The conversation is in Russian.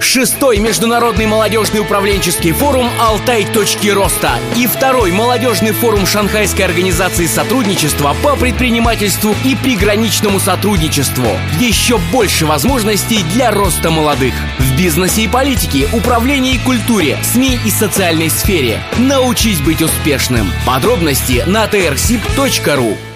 6-й международный молодежный управленческий форум «Алтай. Точки роста» и 2-й молодежный форум Шанхайской организации сотрудничества по предпринимательству и приграничному сотрудничеству. Еще больше возможностей для роста молодых в бизнесе и политике, управлении и культуре, СМИ и социальной сфере. Научись быть успешным. Подробности на trсip.ru.